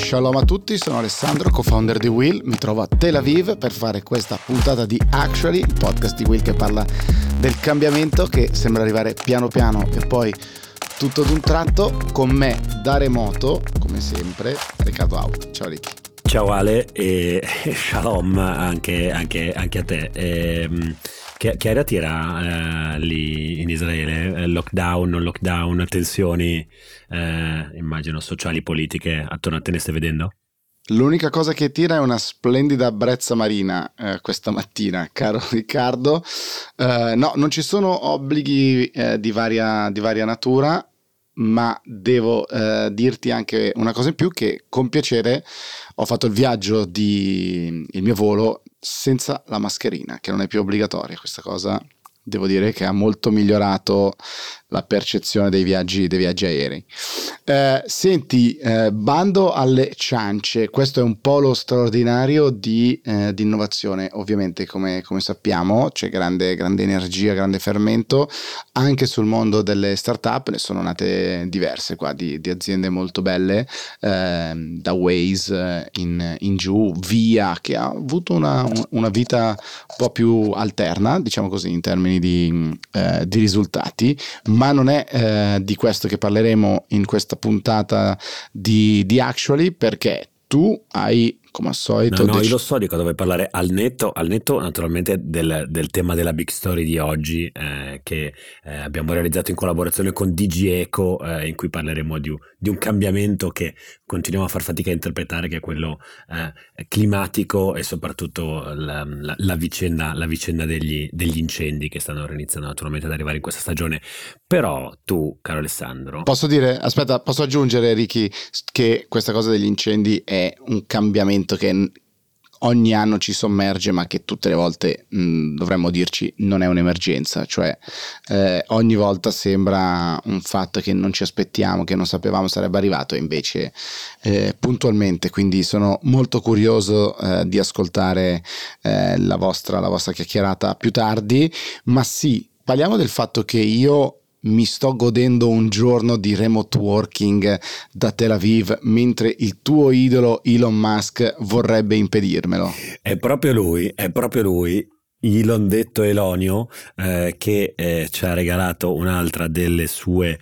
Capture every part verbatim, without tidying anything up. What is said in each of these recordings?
Shalom a tutti, sono Alessandro, co-founder di Will. Mi trovo a Tel Aviv per fare questa puntata di Actually, il podcast di Will che parla del cambiamento che sembra arrivare piano piano e poi tutto d'un tratto. Con me da remoto, come sempre, Riccardo Out. Ciao Ricky. Ciao Ale e shalom anche, anche, anche a te. E, che, che aria tira eh, lì in Israele? Lockdown, non lockdown, tensioni eh, immagino sociali, politiche attorno a te, ne stai vedendo? L'unica cosa che tira è una splendida brezza marina eh, questa mattina, caro Riccardo. Eh, no, non ci sono obblighi eh, di varia, di varia natura, ma devo eh, dirti anche una cosa in più, che con piacere ho fatto il viaggio di il mio volo senza la mascherina, che non è più obbligatoria. Questa cosa devo dire che ha molto migliorato la percezione dei viaggi dei viaggi aerei. Eh, senti, eh, bando alle ciance, questo è un polo straordinario di, eh, di innovazione. Ovviamente, come, come sappiamo, c'è grande, grande energia, grande fermento anche sul mondo delle startup. Ne sono nate diverse qua di, di aziende molto belle, eh, da Waze in, in giù, Via, che ha avuto una, una vita un po' più alterna, diciamo così, in termini di, eh, di risultati. Ma non è eh, di questo che parleremo in questa puntata di, di Actually, perché tu hai, come al solito... No, no, dec- io lo so di cosa vuoi parlare, al netto, al netto naturalmente del, del tema della Big Story di oggi, eh, che eh, abbiamo realizzato in collaborazione con D G Eco, eh, in cui parleremo di, di un cambiamento che continuiamo a far fatica a interpretare, che è quello eh, climatico, e soprattutto la, la, la vicenda, la vicenda degli, degli incendi che stanno iniziando naturalmente ad arrivare in questa stagione. Però tu, caro Alessandro... Posso dire, aspetta, posso aggiungere, Ricky, che questa cosa degli incendi è un cambiamento che ogni anno ci sommerge, ma che tutte le volte mh, dovremmo dirci non è un'emergenza. Cioè eh, ogni volta sembra un fatto che non ci aspettiamo, che non sapevamo sarebbe arrivato, e invece eh, puntualmente. Quindi sono molto curioso eh, di ascoltare eh, la vostra, la vostra chiacchierata più tardi. Ma sì, parliamo del fatto che io mi sto godendo un giorno di remote working da Tel Aviv, mentre il tuo idolo Elon Musk vorrebbe impedirmelo. È proprio lui, è proprio lui, Elon detto Elonio, eh, che eh, ci ha regalato un'altra delle sue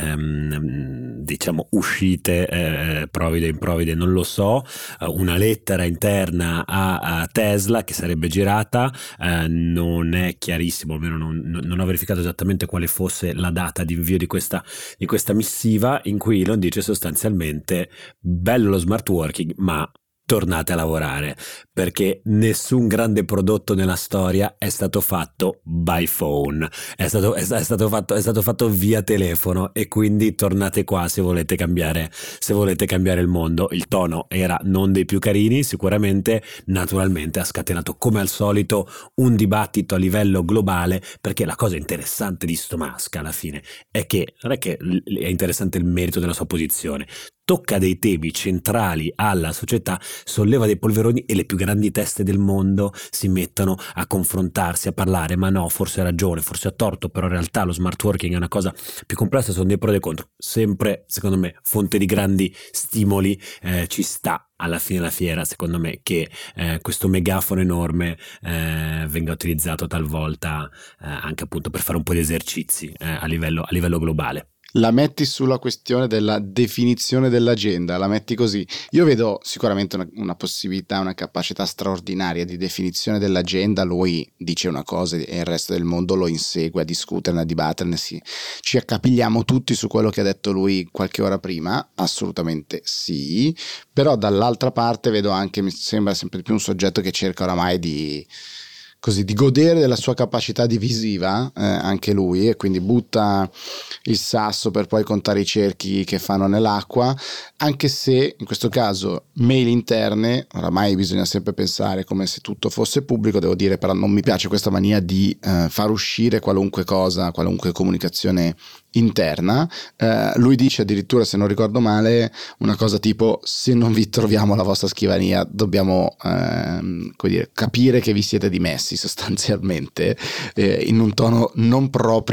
ehm, diciamo uscite, eh, provvide o improvvide non lo so, una lettera interna a, a Tesla che sarebbe girata, eh, non è chiarissimo, almeno non, non ho verificato esattamente quale fosse la data di invio di questa, di questa missiva, in cui Elon dice sostanzialmente: bello lo smart working, ma tornate a lavorare, perché nessun grande prodotto nella storia è stato fatto by phone, è stato, è, è stato fatto è stato fatto via telefono, e quindi tornate qua se volete cambiare se volete cambiare il mondo. Il tono era non dei più carini, sicuramente. Naturalmente ha scatenato come al solito un dibattito a livello globale, perché la cosa interessante di sto Musk alla fine è che non è che è interessante il merito della sua posizione, tocca dei temi centrali alla società, solleva dei polveroni, e le più grandi teste del mondo si mettono a confrontarsi, a parlare: ma no, forse ha ragione, forse ha torto, però in realtà lo smart working è una cosa più complessa, sono dei pro e dei contro. Sempre, secondo me, fonte di grandi stimoli. Eh, ci sta alla fine della fiera, secondo me, che eh, questo megafono enorme eh, venga utilizzato talvolta eh, anche appunto per fare un po' di esercizi eh, a livello, a livello globale. La metti sulla questione della definizione dell'agenda, la metti così. Io vedo sicuramente una, una possibilità, una capacità straordinaria di definizione dell'agenda. Lui dice una cosa e il resto del mondo lo insegue a discuterne, a dibatterne. Sì. Ci accapigliamo tutti su quello che ha detto lui qualche ora prima, assolutamente sì. Però dall'altra parte vedo anche, mi sembra sempre di più un soggetto che cerca oramai di... così di godere della sua capacità divisiva, eh, anche lui, e quindi butta il sasso per poi contare i cerchi che fanno nell'acqua, anche se in questo caso mail interne, oramai bisogna sempre pensare come se tutto fosse pubblico. Devo dire però non mi piace questa mania di eh, far uscire qualunque cosa, qualunque comunicazione interna. Eh, lui dice addirittura, se non ricordo male, una cosa tipo: se non vi troviamo alla vostra scrivania dobbiamo ehm, come dire, capire che vi siete dimessi, sostanzialmente, eh, in un tono non proprio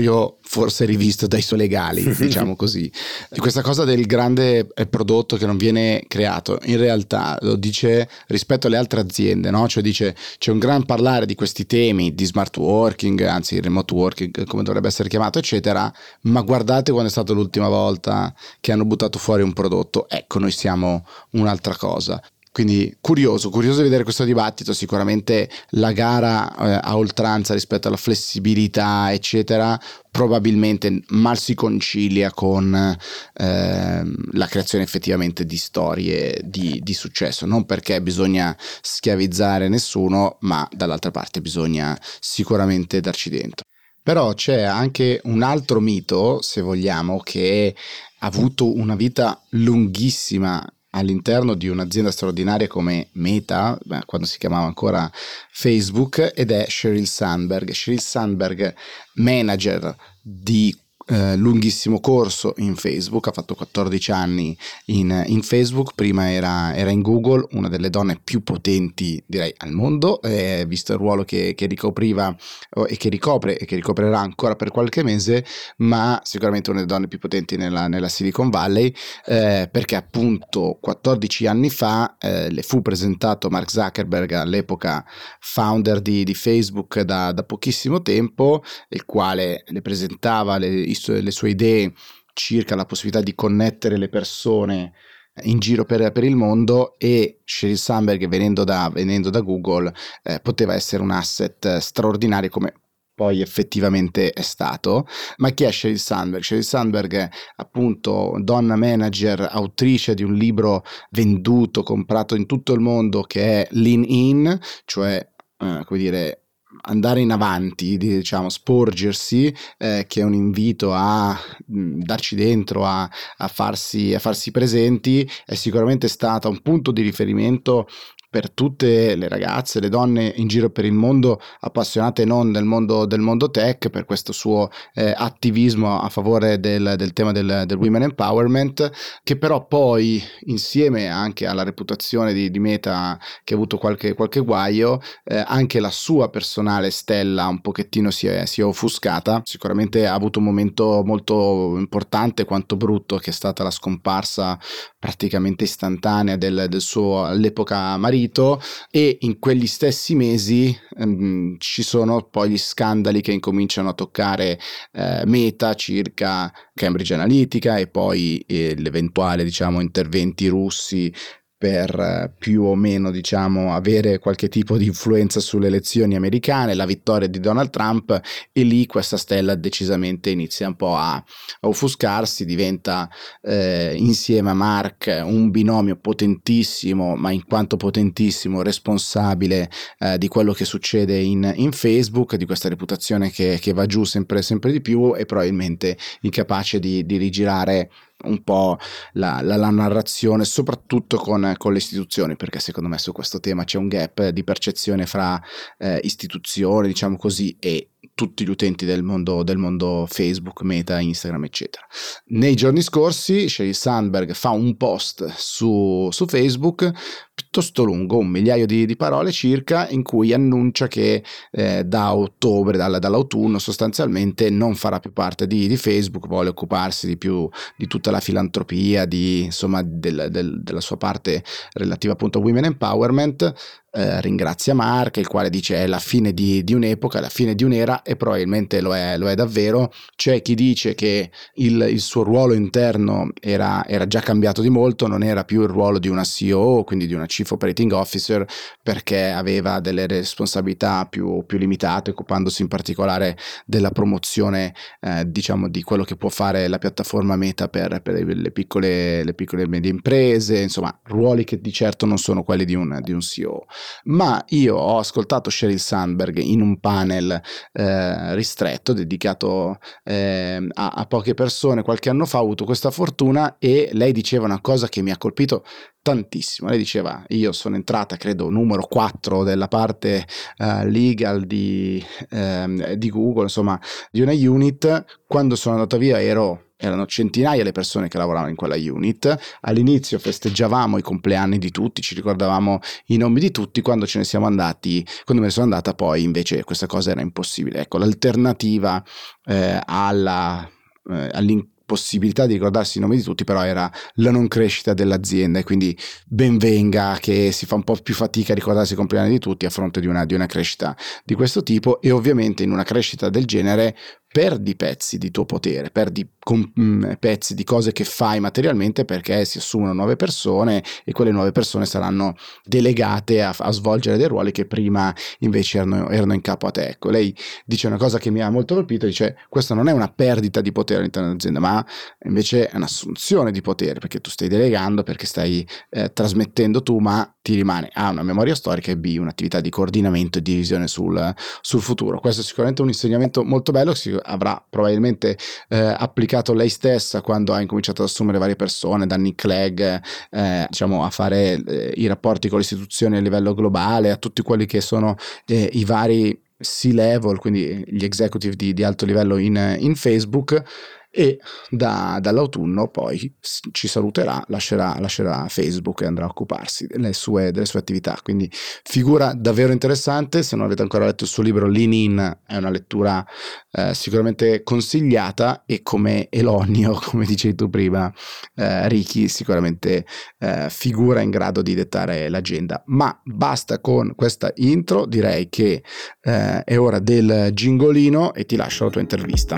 forse rivisto dai suoi legali, diciamo così, di questa cosa del grande prodotto che non viene creato. In realtà lo dice rispetto alle altre aziende, no? Cioè dice c'è un gran parlare di questi temi di smart working, anzi remote working come dovrebbe essere chiamato, eccetera, ma guardate quando è stata l'ultima volta che hanno buttato fuori un prodotto. Ecco, noi siamo un'altra cosa. Quindi curioso, curioso di vedere questo dibattito. Sicuramente la gara eh, a oltranza rispetto alla flessibilità, eccetera, probabilmente mal si concilia con eh, la creazione effettivamente di storie di, di successo. Non perché bisogna schiavizzare nessuno, ma dall'altra parte bisogna sicuramente darci dentro. Però c'è anche un altro mito, se vogliamo, che ha avuto una vita lunghissima all'interno di un'azienda straordinaria come Meta, beh, quando si chiamava ancora Facebook, ed è Sheryl Sandberg. Sheryl Sandberg, manager di eh, lunghissimo corso in Facebook, ha fatto quattordici anni in, in Facebook, prima era, era in Google, una delle donne più potenti direi al mondo, eh, visto il ruolo che, che ricopriva oh, e che ricopre e che ricoprirà ancora per qualche mese, ma sicuramente una delle donne più potenti nella, nella Silicon Valley, eh, perché appunto quattordici anni fa eh, le fu presentato Mark Zuckerberg, all'epoca founder di, di Facebook da, da pochissimo tempo, il quale le presentava le le sue idee circa la possibilità di connettere le persone in giro per, per il mondo, e Sheryl Sandberg, venendo da, venendo da Google, eh, poteva essere un asset straordinario, come poi effettivamente è stato. Ma chi è Sheryl Sandberg? Sheryl Sandberg è appunto donna manager, autrice di un libro venduto, comprato in tutto il mondo, che è Lean In, cioè eh, come dire andare in avanti, diciamo sporgersi, eh, che è un invito a mh, darci dentro, a, a, farsi, a farsi presenti. È sicuramente stata un punto di riferimento per tutte le ragazze, le donne in giro per il mondo, appassionate non del mondo, del mondo tech, per questo suo eh, attivismo a favore del, del tema del, del women empowerment, che però poi, insieme anche alla reputazione di, di Meta, che ha avuto qualche, qualche guaio, eh, anche la sua personale stella un pochettino si è, si è offuscata. Sicuramente ha avuto un momento molto importante quanto brutto, che è stata la scomparsa praticamente istantanea del, del suo all'epoca marito, e in quegli stessi mesi ehm, ci sono poi gli scandali che incominciano a toccare eh, Meta circa Cambridge Analytica, e poi eh, l'eventuale diciamo interventi russi per eh, più o meno diciamo avere qualche tipo di influenza sulle elezioni americane, la vittoria di Donald Trump, e lì questa stella decisamente inizia un po' a, a offuscarsi, diventa eh, insieme a Mark un binomio potentissimo, ma in quanto potentissimo responsabile eh, di quello che succede in, in Facebook, di questa reputazione che, che va giù sempre, sempre di più, e probabilmente incapace di, di rigirare un po' la, la, la narrazione, soprattutto con, con le istituzioni, perché secondo me su questo tema c'è un gap di percezione fra eh, istituzioni, diciamo così, e tutti gli utenti del mondo, del mondo Facebook, Meta, Instagram, eccetera. Nei giorni scorsi Sheryl Sandberg fa un post su, su Facebook piuttosto lungo, un migliaio di, di parole circa, in cui annuncia che eh, da ottobre, dal, dall'autunno sostanzialmente, non farà più parte di, di Facebook, vuole occuparsi di più di tutta la filantropia, di insomma del, del, della sua parte relativa appunto a women empowerment. Eh, ringrazia Mark, il quale dice è la fine di, di un'epoca, la fine di un'era, e probabilmente lo è, lo è davvero. C'è chi dice che il, il suo ruolo interno era, era già cambiato di molto, non era più il ruolo di una C E O, quindi di una Chief Operating Officer, perché aveva delle responsabilità più, più limitate, occupandosi in particolare della promozione eh, diciamo di quello che può fare la piattaforma Meta per, per le piccole le piccole e medie imprese, insomma ruoli che di certo non sono quelli di un, di un C E O. Ma io ho ascoltato Sheryl Sandberg in un panel eh, ristretto dedicato eh, a, a poche persone qualche anno fa, ho avuto questa fortuna, e lei diceva una cosa che mi ha colpito tantissimo. Lei diceva: io sono entrata credo numero quattro della parte uh, legal di, uh, di Google, insomma di una unit, quando sono andata via ero erano centinaia le persone che lavoravano in quella unit. All'inizio festeggiavamo i compleanni di tutti, ci ricordavamo i nomi di tutti. Quando ce ne siamo andati, quando me ne sono andata, poi invece questa cosa era impossibile. Ecco, l'alternativa eh, alla eh, all'in- possibilità di ricordarsi i nomi di tutti però era la non crescita dell'azienda, e quindi ben venga che si fa un po' più fatica a ricordarsi i compleanni di tutti a fronte di una, di una crescita di questo tipo. E ovviamente in una crescita del genere perdi pezzi di tuo potere, perdi com- mh, pezzi di cose che fai materialmente, perché si assumono nuove persone e quelle nuove persone saranno delegate a, a svolgere dei ruoli che prima invece erano, erano in capo a te. Ecco, lei dice una cosa che mi ha molto colpito, dice: questa non è una perdita di potere all'interno dell'azienda, ma invece è un'assunzione di potere, perché tu stai delegando, perché stai eh, trasmettendo tu, ma ti rimane A una memoria storica e B un'attività di coordinamento e di visione sul, sul futuro. Questo è sicuramente un insegnamento molto bello che avrà probabilmente eh, applicato lei stessa quando ha incominciato ad assumere varie persone, da Nick Clegg eh, diciamo a fare eh, i rapporti con le istituzioni a livello globale, a tutti quelli che sono eh, i vari C-level, quindi gli executive di, di alto livello in, in Facebook. E da, dall'autunno poi ci saluterà, lascerà, lascerà Facebook e andrà a occuparsi delle sue, delle sue attività. Quindi figura davvero interessante. Se non avete ancora letto il suo libro Lean In, è una lettura eh, sicuramente consigliata, e come Elonio, come dicevi tu prima eh, Ricky, sicuramente eh, figura in grado di dettare l'agenda. Ma basta con questa intro, direi che eh, è ora del gingolino e ti lascio la tua intervista.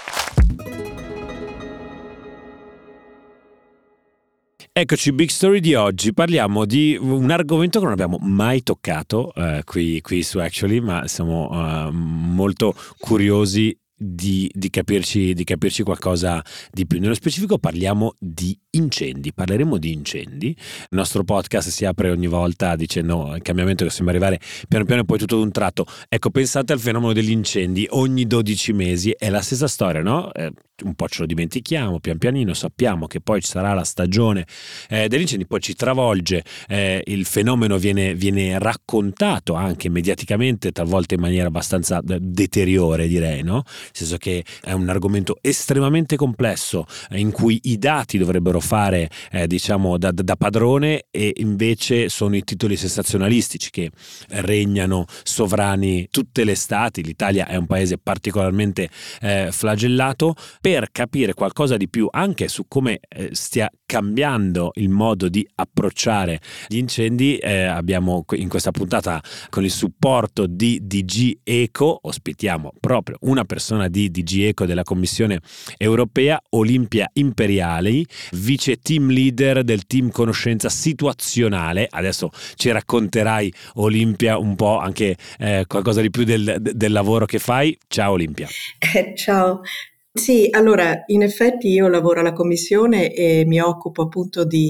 Eccoci, Big Story di oggi. Parliamo di un argomento che non abbiamo mai toccato eh, qui, qui su Actually, ma siamo uh, molto curiosi di, di, capirci, di capirci qualcosa di più. Nello specifico parliamo di incendi, parleremo di incendi. Il nostro podcast si apre ogni volta dicendo il cambiamento che sembra arrivare piano piano e poi tutto d'un tratto. Ecco, pensate al fenomeno degli incendi ogni dodici mesi, è la stessa storia, no? Eh, un po' ce lo dimentichiamo, pian pianino sappiamo che poi ci sarà la stagione eh, degli incendi, poi ci travolge, eh, il fenomeno viene, viene raccontato anche mediaticamente, talvolta in maniera abbastanza deteriore, direi, no? Nel senso che è un argomento estremamente complesso eh, in cui i dati dovrebbero fare eh, diciamo da, da padrone, e invece sono i titoli sensazionalistici che regnano sovrani tutte le estati. L'Italia è un paese particolarmente eh, flagellato. Per capire qualcosa di più anche su come eh, stia cambiando il modo di approcciare gli incendi, eh, abbiamo in questa puntata, con il supporto di D G Eco, ospitiamo proprio una persona di D G Eco della Commissione Europea, Olimpia Imperiali, vice team leader del team conoscenza situazionale. Adesso ci racconterai, Olimpia, un po' anche eh, qualcosa di più del, del lavoro che fai. Ciao Olimpia. Eh, ciao. Sì, allora in effetti io lavoro alla Commissione e mi occupo appunto di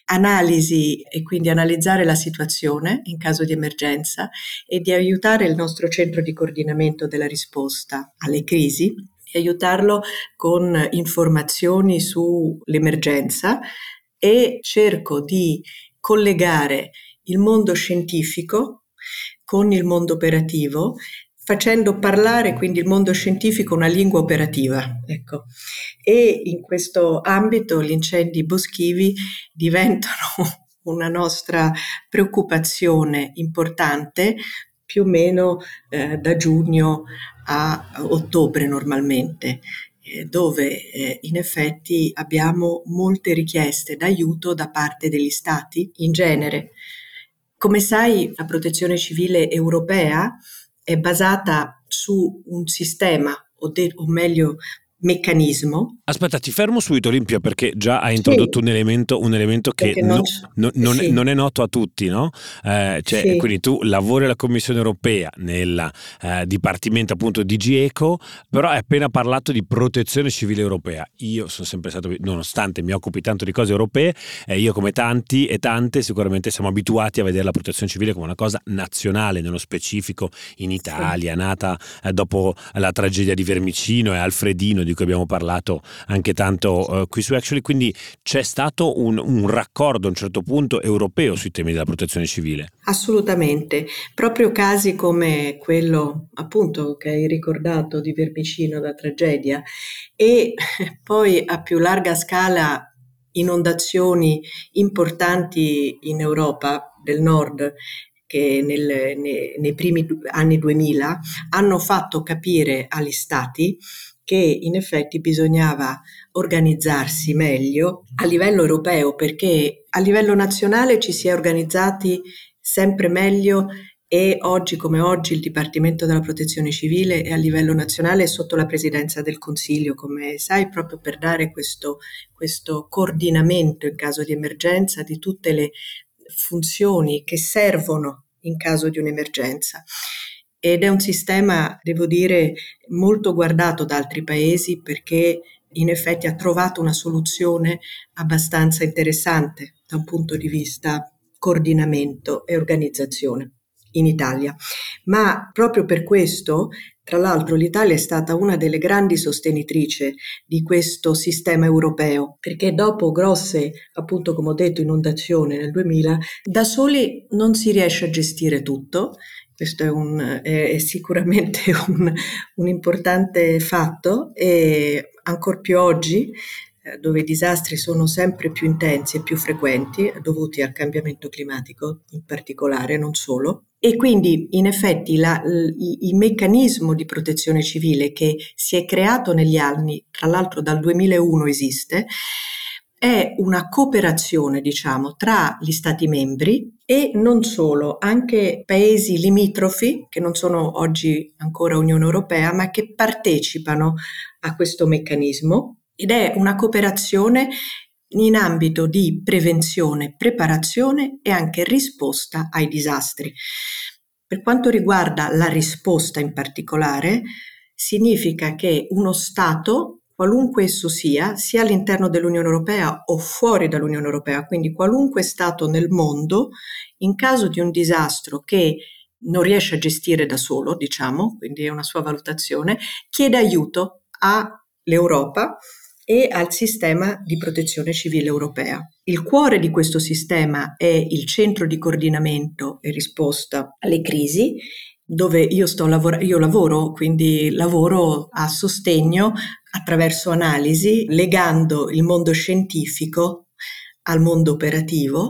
analisi e quindi analizzare la situazione in caso di emergenza e di aiutare il nostro centro di coordinamento della risposta alle crisi, e aiutarlo con informazioni sull'emergenza, e cerco di collegare il mondo scientifico con il mondo operativo, facendo parlare quindi il mondo scientifico una lingua operativa, ecco. E in questo ambito gli incendi boschivi diventano una nostra preoccupazione importante, più o meno eh, da giugno a ottobre normalmente, eh, dove eh, in effetti abbiamo molte richieste d'aiuto da parte degli stati in genere. Come sai, la protezione civile europea è basata su un sistema, o, de- o meglio meccanismo. Aspetta, ti fermo subito Olimpia, perché già hai introdotto sì. un elemento un elemento che non, no, non, sì. non è noto a tutti, no? Eh, cioè, sì. Quindi tu lavori alla Commissione Europea nel eh, Dipartimento appunto D G Eco, però hai appena parlato di protezione civile europea. Io sono sempre stato, nonostante mi occupi tanto di cose europee, eh, io come tanti e tante sicuramente siamo abituati a vedere la protezione civile come una cosa nazionale, nello specifico in Italia, sì. nata eh, dopo la tragedia di Vermicino e Alfredino, di cui abbiamo parlato anche tanto uh, qui su Actually, quindi c'è stato un, un raccordo a un certo punto europeo sui temi della protezione civile. Assolutamente, proprio casi come quello appunto che hai ricordato di Vermicino, da tragedia, e poi a più larga scala inondazioni importanti in Europa del Nord che nel, nei, nei primi anni duemila hanno fatto capire agli stati che in effetti bisognava organizzarsi meglio a livello europeo, perché a livello nazionale ci si è organizzati sempre meglio e oggi come oggi il Dipartimento della Protezione Civile è a livello nazionale sotto la Presidenza del Consiglio, come sai, proprio per dare questo, questo coordinamento in caso di emergenza di tutte le funzioni che servono in caso di un'emergenza. Ed è un sistema, devo dire, molto guardato da altri paesi perché in effetti ha trovato una soluzione abbastanza interessante da un punto di vista coordinamento e organizzazione in Italia. Ma proprio per questo, tra l'altro, l'Italia è stata una delle grandi sostenitrici di questo sistema europeo, perché dopo grosse, appunto come ho detto, inondazioni nel duemila, da soli non si riesce a gestire tutto. Questo è, un, è sicuramente un, un importante fatto, e ancor più oggi, dove i disastri sono sempre più intensi e più frequenti, dovuti al cambiamento climatico in particolare, non solo. E quindi in effetti la, il, il meccanismo di protezione civile che si è creato negli anni, tra l'altro dal duemilauno esiste, è una cooperazione, diciamo, tra gli Stati membri e non solo, anche paesi limitrofi che non sono oggi ancora Unione Europea, ma che partecipano a questo meccanismo. Ed è una cooperazione in ambito di prevenzione, preparazione e anche risposta ai disastri. Per quanto riguarda la risposta in particolare, significa che uno Stato, qualunque esso sia, sia all'interno dell'Unione Europea o fuori dall'Unione Europea, quindi qualunque Stato nel mondo, in caso di un disastro che non riesce a gestire da solo, diciamo, quindi è una sua valutazione, chiede aiuto all'Europa e al sistema di protezione civile europea. Il cuore di questo sistema è il centro di coordinamento e risposta alle crisi, dove io sto lavora- io lavoro, quindi lavoro a sostegno attraverso analisi, legando il mondo scientifico al mondo operativo.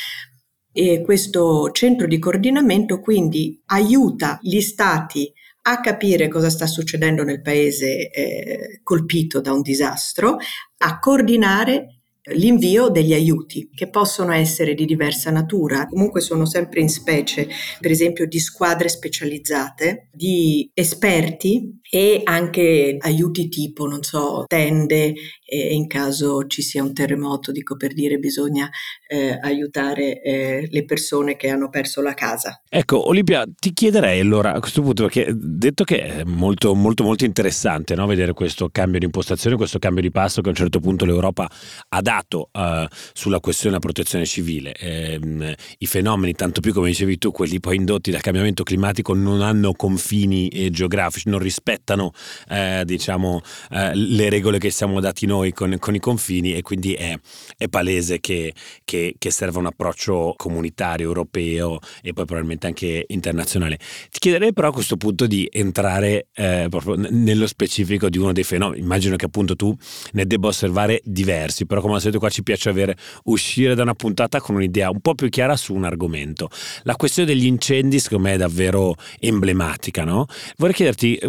E questo centro di coordinamento quindi aiuta gli stati a capire cosa sta succedendo nel paese eh, colpito da un disastro, a coordinare l'invio degli aiuti, che possono essere di diversa natura, comunque sono sempre in specie, per esempio di squadre specializzate, di esperti e anche aiuti tipo, non so, tende, e in caso ci sia un terremoto, dico per dire, bisogna eh, aiutare eh, le persone che hanno perso la casa. Ecco, Olimpia, ti chiederei allora a questo punto, perché detto che è molto molto molto interessante, no? Vedere questo cambio di impostazione, questo cambio di passo che a un certo punto l'Europa ha dato uh, sulla questione della protezione civile. Eh, i fenomeni, tanto più come dicevi tu, quelli poi indotti dal cambiamento climatico, non hanno confini eh, geografici, non rispettano eh, diciamo eh, le regole che siamo dati noi con, con i confini, e quindi è, è palese che, che, che serve un approccio comunitario, europeo e poi probabilmente anche internazionale. Ti chiederei però a questo punto di entrare eh, proprio nello specifico di uno dei fenomeni. Immagino che appunto tu ne debba osservare diversi, però come al solito qua ci piace avere uscire da una puntata con un'idea un po' più chiara su un argomento. La questione degli incendi secondo me è davvero emblematica, no? Vorrei chiederti,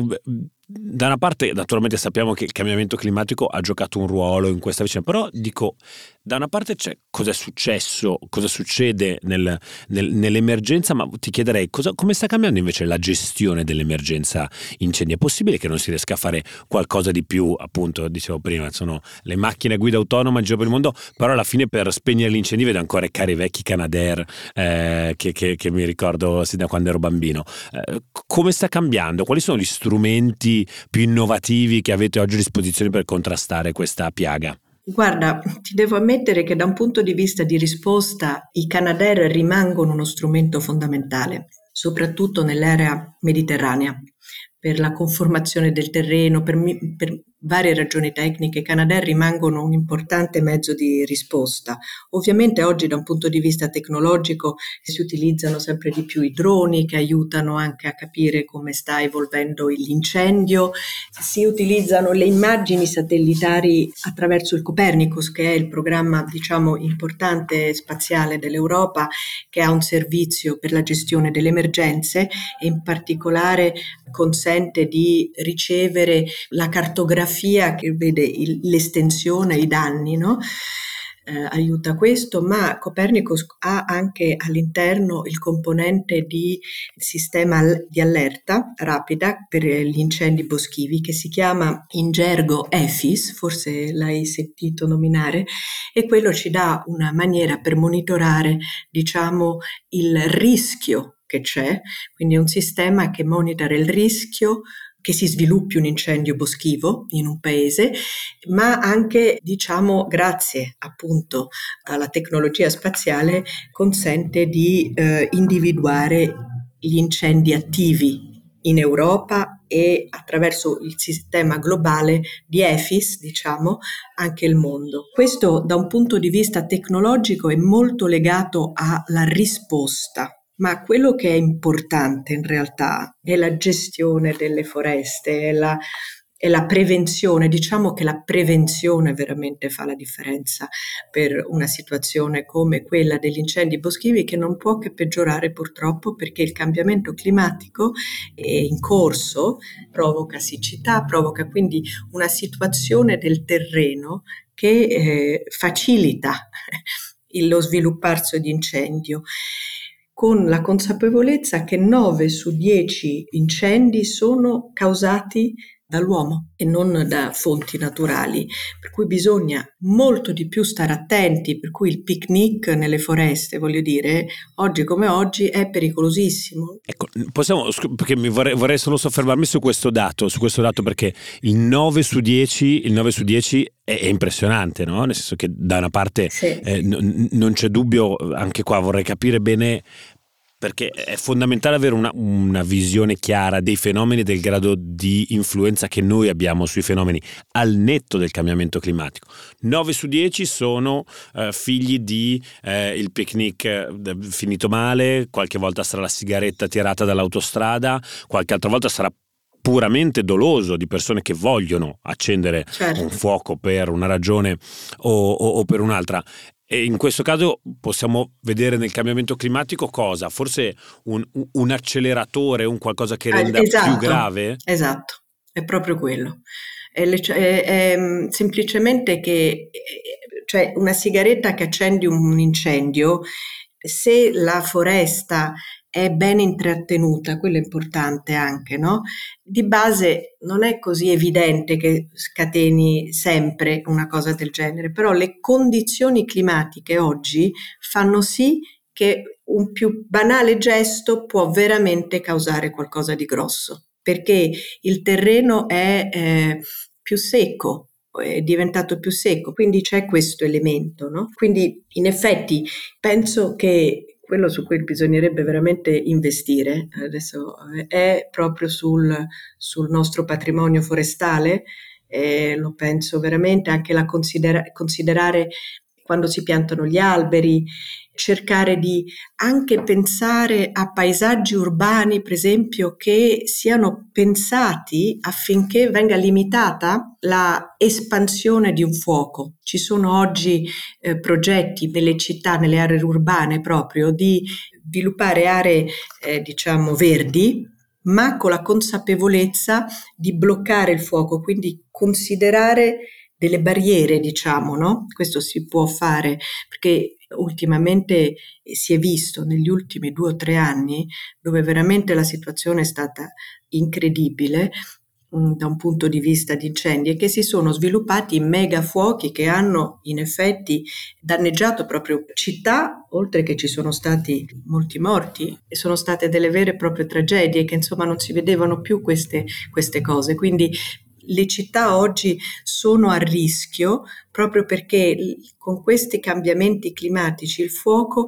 da una parte naturalmente sappiamo che il cambiamento climatico ha giocato un ruolo in questa vicenda, però dico, da una parte c'è cosa è successo, cosa succede nel, nel, nell'emergenza, ma ti chiederei cosa, come sta cambiando invece la gestione dell'emergenza incendi. È possibile che non si riesca a fare qualcosa di più? Appunto, dicevo prima, sono le macchine a guida autonoma in giro per il mondo, però alla fine per spegnere gli incendi vedo ancora i cari vecchi Canadair eh, che, che, che mi ricordo sì, da quando ero bambino. Eh, come sta cambiando? Quali sono gli strumenti più innovativi che avete oggi a disposizione per contrastare questa piaga? Guarda, ti devo ammettere che da un punto di vista di risposta i Canadair rimangono uno strumento fondamentale, soprattutto nell'area mediterranea, per la conformazione del terreno, per, per varie ragioni tecniche Canadair rimangono un importante mezzo di risposta. Ovviamente oggi da un punto di vista tecnologico si utilizzano sempre di più i droni che aiutano anche a capire come sta evolvendo l'incendio, si utilizzano le immagini satellitari attraverso il Copernicus, che è il programma diciamo importante spaziale dell'Europa, che ha un servizio per la gestione delle emergenze e in particolare consente di ricevere la cartografia che vede il, l'estensione, i danni, no? Eh, aiuta questo, ma Copernicus ha anche all'interno il componente di sistema di allerta rapida per gli incendi boschivi che si chiama in gergo E F I S, forse l'hai sentito nominare, e quello ci dà una maniera per monitorare, diciamo, il rischio che c'è, quindi è un sistema che monitora il rischio che si sviluppi un incendio boschivo in un paese, ma anche, diciamo, grazie appunto alla tecnologia spaziale consente di eh, individuare gli incendi attivi in Europa e attraverso il sistema globale di E F I S, diciamo, anche il mondo. Questo da un punto di vista tecnologico è molto legato alla risposta. Ma quello che è importante in realtà è la gestione delle foreste, è la, è la prevenzione. Diciamo che la prevenzione veramente fa la differenza per una situazione come quella degli incendi boschivi, che non può che peggiorare purtroppo, perché il cambiamento climatico è in corso, provoca siccità, provoca quindi una situazione del terreno che eh, facilita lo svilupparsi di incendio, con la consapevolezza che nove su dieci incendi sono causati dall'uomo e non da fonti naturali, per cui bisogna molto di più stare attenti, per cui il picnic nelle foreste, voglio dire, oggi come oggi è pericolosissimo. Ecco, possiamo, perché mi vorrei, vorrei solo soffermarmi su questo dato, su questo dato perché il nove su dieci, il nove su dieci è, è impressionante, no? Nel senso che da una parte sì. eh, n- non c'è dubbio, anche qua vorrei capire bene, perché è fondamentale avere una, una visione chiara dei fenomeni, del grado di influenza che noi abbiamo sui fenomeni al netto del cambiamento climatico. nove su dieci sono eh, figli di eh, il picnic eh, finito male, qualche volta sarà la sigaretta tirata dall'autostrada, qualche altra volta sarà puramente doloso di persone che vogliono accendere certo. un fuoco per una ragione o, o, o per un'altra. E in questo caso possiamo vedere nel cambiamento climatico cosa? Forse un, un acceleratore, un qualcosa che renda esatto, più grave? Esatto, è proprio quello. È, è, è semplicemente che, cioè, una sigaretta che accendi un incendio, se la foresta è ben intrattenuta, quello è importante anche, no? Di base non è così evidente che scateni sempre una cosa del genere, però le condizioni climatiche oggi fanno sì che un più banale gesto può veramente causare qualcosa di grosso, perché il terreno è eh, più secco, è diventato più secco, quindi c'è questo elemento, no? Quindi in effetti penso che quello su cui bisognerebbe veramente investire adesso è proprio sul, sul nostro patrimonio forestale, e lo penso veramente anche la considera- considerare quando si piantano gli alberi, cercare di anche pensare a paesaggi urbani, per esempio, che siano pensati affinché venga limitata la espansione di un fuoco. Ci sono oggi eh, progetti nelle città, nelle aree urbane proprio, di sviluppare aree eh, diciamo verdi, ma con la consapevolezza di bloccare il fuoco, quindi considerare delle barriere, diciamo, no? Questo si può fare perché ultimamente si è visto negli ultimi due o tre anni dove veramente la situazione è stata incredibile mh, da un punto di vista di incendi, e che si sono sviluppati mega fuochi che hanno in effetti danneggiato proprio città, oltre che ci sono stati molti morti e sono state delle vere e proprie tragedie che insomma non si vedevano più queste, queste cose. Quindi le città oggi sono a rischio proprio perché con questi cambiamenti climatici il fuoco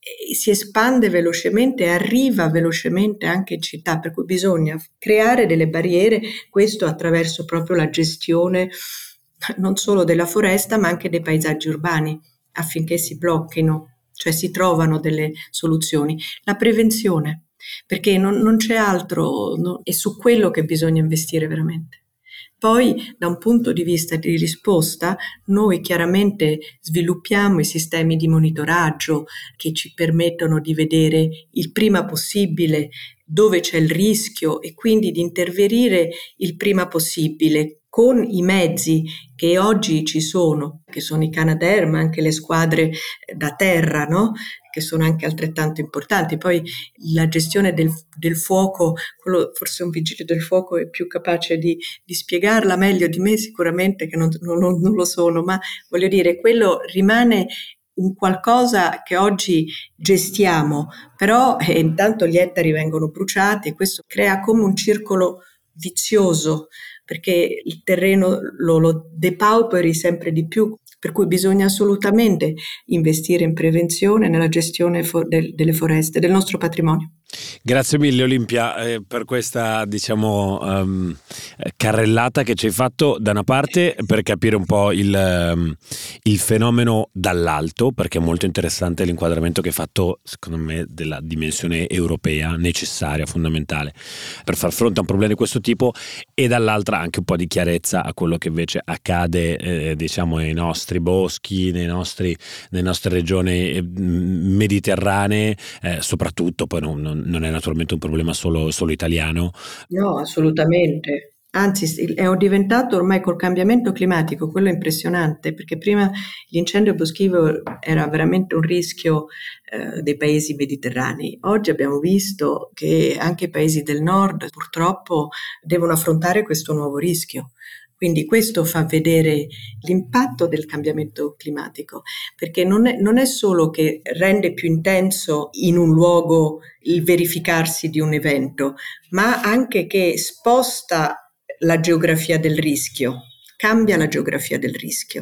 si espande velocemente e arriva velocemente anche in città, per cui bisogna creare delle barriere, questo attraverso proprio la gestione non solo della foresta ma anche dei paesaggi urbani, affinché si blocchino, cioè si trovano delle soluzioni. La prevenzione, perché non, non c'è altro, no, è su quello che bisogna investire veramente. Poi, da un punto di vista di risposta, noi chiaramente sviluppiamo i sistemi di monitoraggio che ci permettono di vedere il prima possibile dove c'è il rischio e quindi di intervenire il prima possibile con i mezzi che oggi ci sono, che sono i Canadair, ma anche le squadre da terra, no? Che sono anche altrettanto importanti. Poi la gestione del, del fuoco, quello forse un vigile del fuoco è più capace di, di spiegarla meglio di me sicuramente, che non, non, non lo sono, ma voglio dire, quello rimane un qualcosa che oggi gestiamo, però eh, intanto gli ettari vengono bruciati e questo crea come un circolo vizioso, perché il terreno lo, lo depauperi sempre di più, per cui bisogna assolutamente investire in prevenzione, nella gestione for- del, delle foreste, del nostro patrimonio. Grazie mille Olimpia eh, per questa diciamo um, carrellata che ci hai fatto da una parte per capire un po' il, um, il fenomeno dall'alto, perché è molto interessante l'inquadramento che hai fatto secondo me della dimensione europea necessaria, fondamentale per far fronte a un problema di questo tipo, e dall'altra anche un po' di chiarezza a quello che invece accade eh, diciamo nei nostri boschi, nei nostri, nelle nostre regioni mediterranee, eh, soprattutto poi non, non non è naturalmente un problema solo, solo italiano. No, assolutamente. Anzi, è diventato ormai col cambiamento climatico, quello impressionante, perché prima l'incendio boschivo era veramente un rischio eh, dei paesi mediterranei. Oggi abbiamo visto che anche i paesi del nord purtroppo devono affrontare questo nuovo rischio. Quindi questo fa vedere l'impatto del cambiamento climatico, perché non è, non è solo che rende più intenso in un luogo il verificarsi di un evento, ma anche che sposta la geografia del rischio, cambia la geografia del rischio.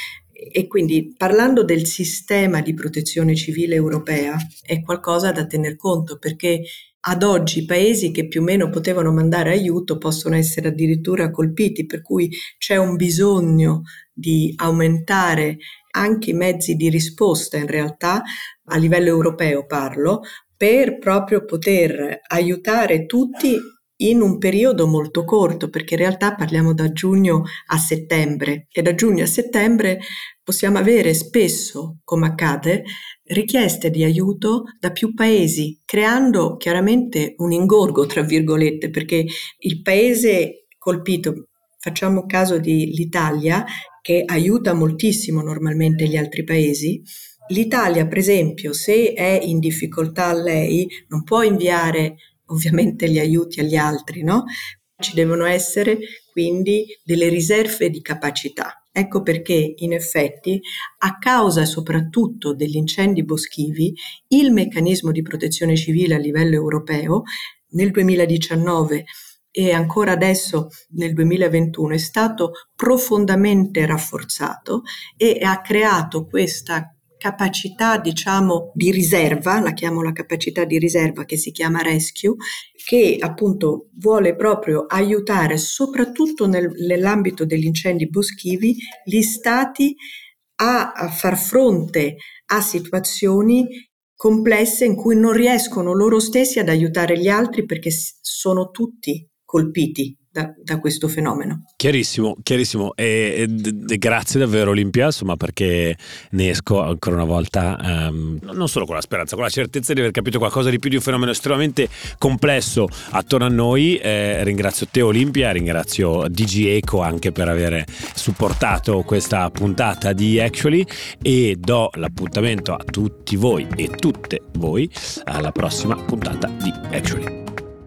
E quindi parlando del sistema di protezione civile europea è qualcosa da tener conto, perché ad oggi paesi che più o meno potevano mandare aiuto possono essere addirittura colpiti, per cui c'è un bisogno di aumentare anche i mezzi di risposta, in realtà a livello europeo parlo, per proprio poter aiutare tutti in un periodo molto corto, perché in realtà parliamo da giugno a settembre e da giugno a settembre possiamo avere spesso, come accade, richieste di aiuto da più paesi, creando chiaramente un ingorgo, tra virgolette, perché il paese colpito, facciamo caso di l'Italia, che aiuta moltissimo normalmente gli altri paesi. L'Italia, per esempio, se è in difficoltà lei, non può inviare ovviamente gli aiuti agli altri, no? Ci devono essere quindi delle riserve di capacità. Ecco perché in effetti, a causa soprattutto degli incendi boschivi, il meccanismo di protezione civile a livello europeo nel duemiladiciannove e ancora adesso nel duemilaventuno è stato profondamente rafforzato e ha creato questa capacità, diciamo, di riserva, la chiamo la capacità di riserva, che si chiama Rescue, che appunto vuole proprio aiutare soprattutto nel, nell'ambito degli incendi boschivi gli stati a, a far fronte a situazioni complesse in cui non riescono loro stessi ad aiutare gli altri, perché sono tutti colpiti Da, da questo fenomeno. Chiarissimo, chiarissimo e, e, e grazie davvero Olimpia, insomma, perché ne esco ancora una volta um, non solo con la speranza, con la certezza di aver capito qualcosa di più di un fenomeno estremamente complesso attorno a noi. Eh, ringrazio te Olimpia, ringrazio D G Eco anche per aver supportato questa puntata di Actually, e do l'appuntamento a tutti voi e tutte voi alla prossima puntata di Actually.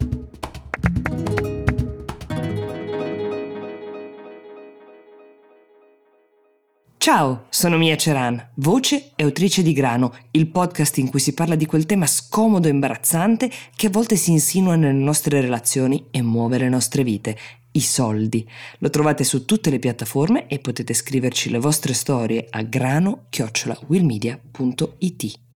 Ciao, sono Mia Ceran, voce e autrice di Grano, il podcast in cui si parla di quel tema scomodo e imbarazzante che a volte si insinua nelle nostre relazioni e muove le nostre vite, i soldi. Lo trovate su tutte le piattaforme e potete scriverci le vostre storie a grano chiocciola willmedia punto it.